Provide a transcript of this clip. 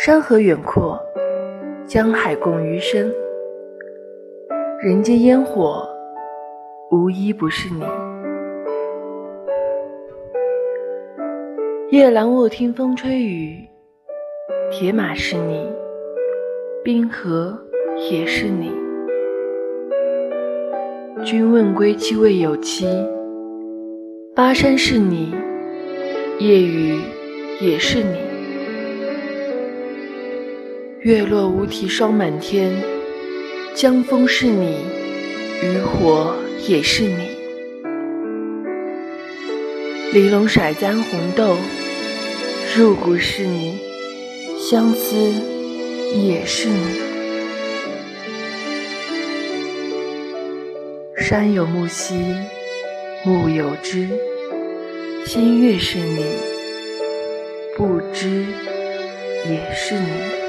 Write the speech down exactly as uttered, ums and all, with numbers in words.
山河远阔，江海共余生，人间烟火，无一不是你。夜阑卧听风吹雨，铁马是你，冰河也是你。君问归期未有期，巴山是你，夜雨也是你。月落乌啼霜满天，江风是你，渔火也是你。玲珑骰簪红豆，入骨是你，相思也是你。山有木兮木有枝，新月是你，不知也是你。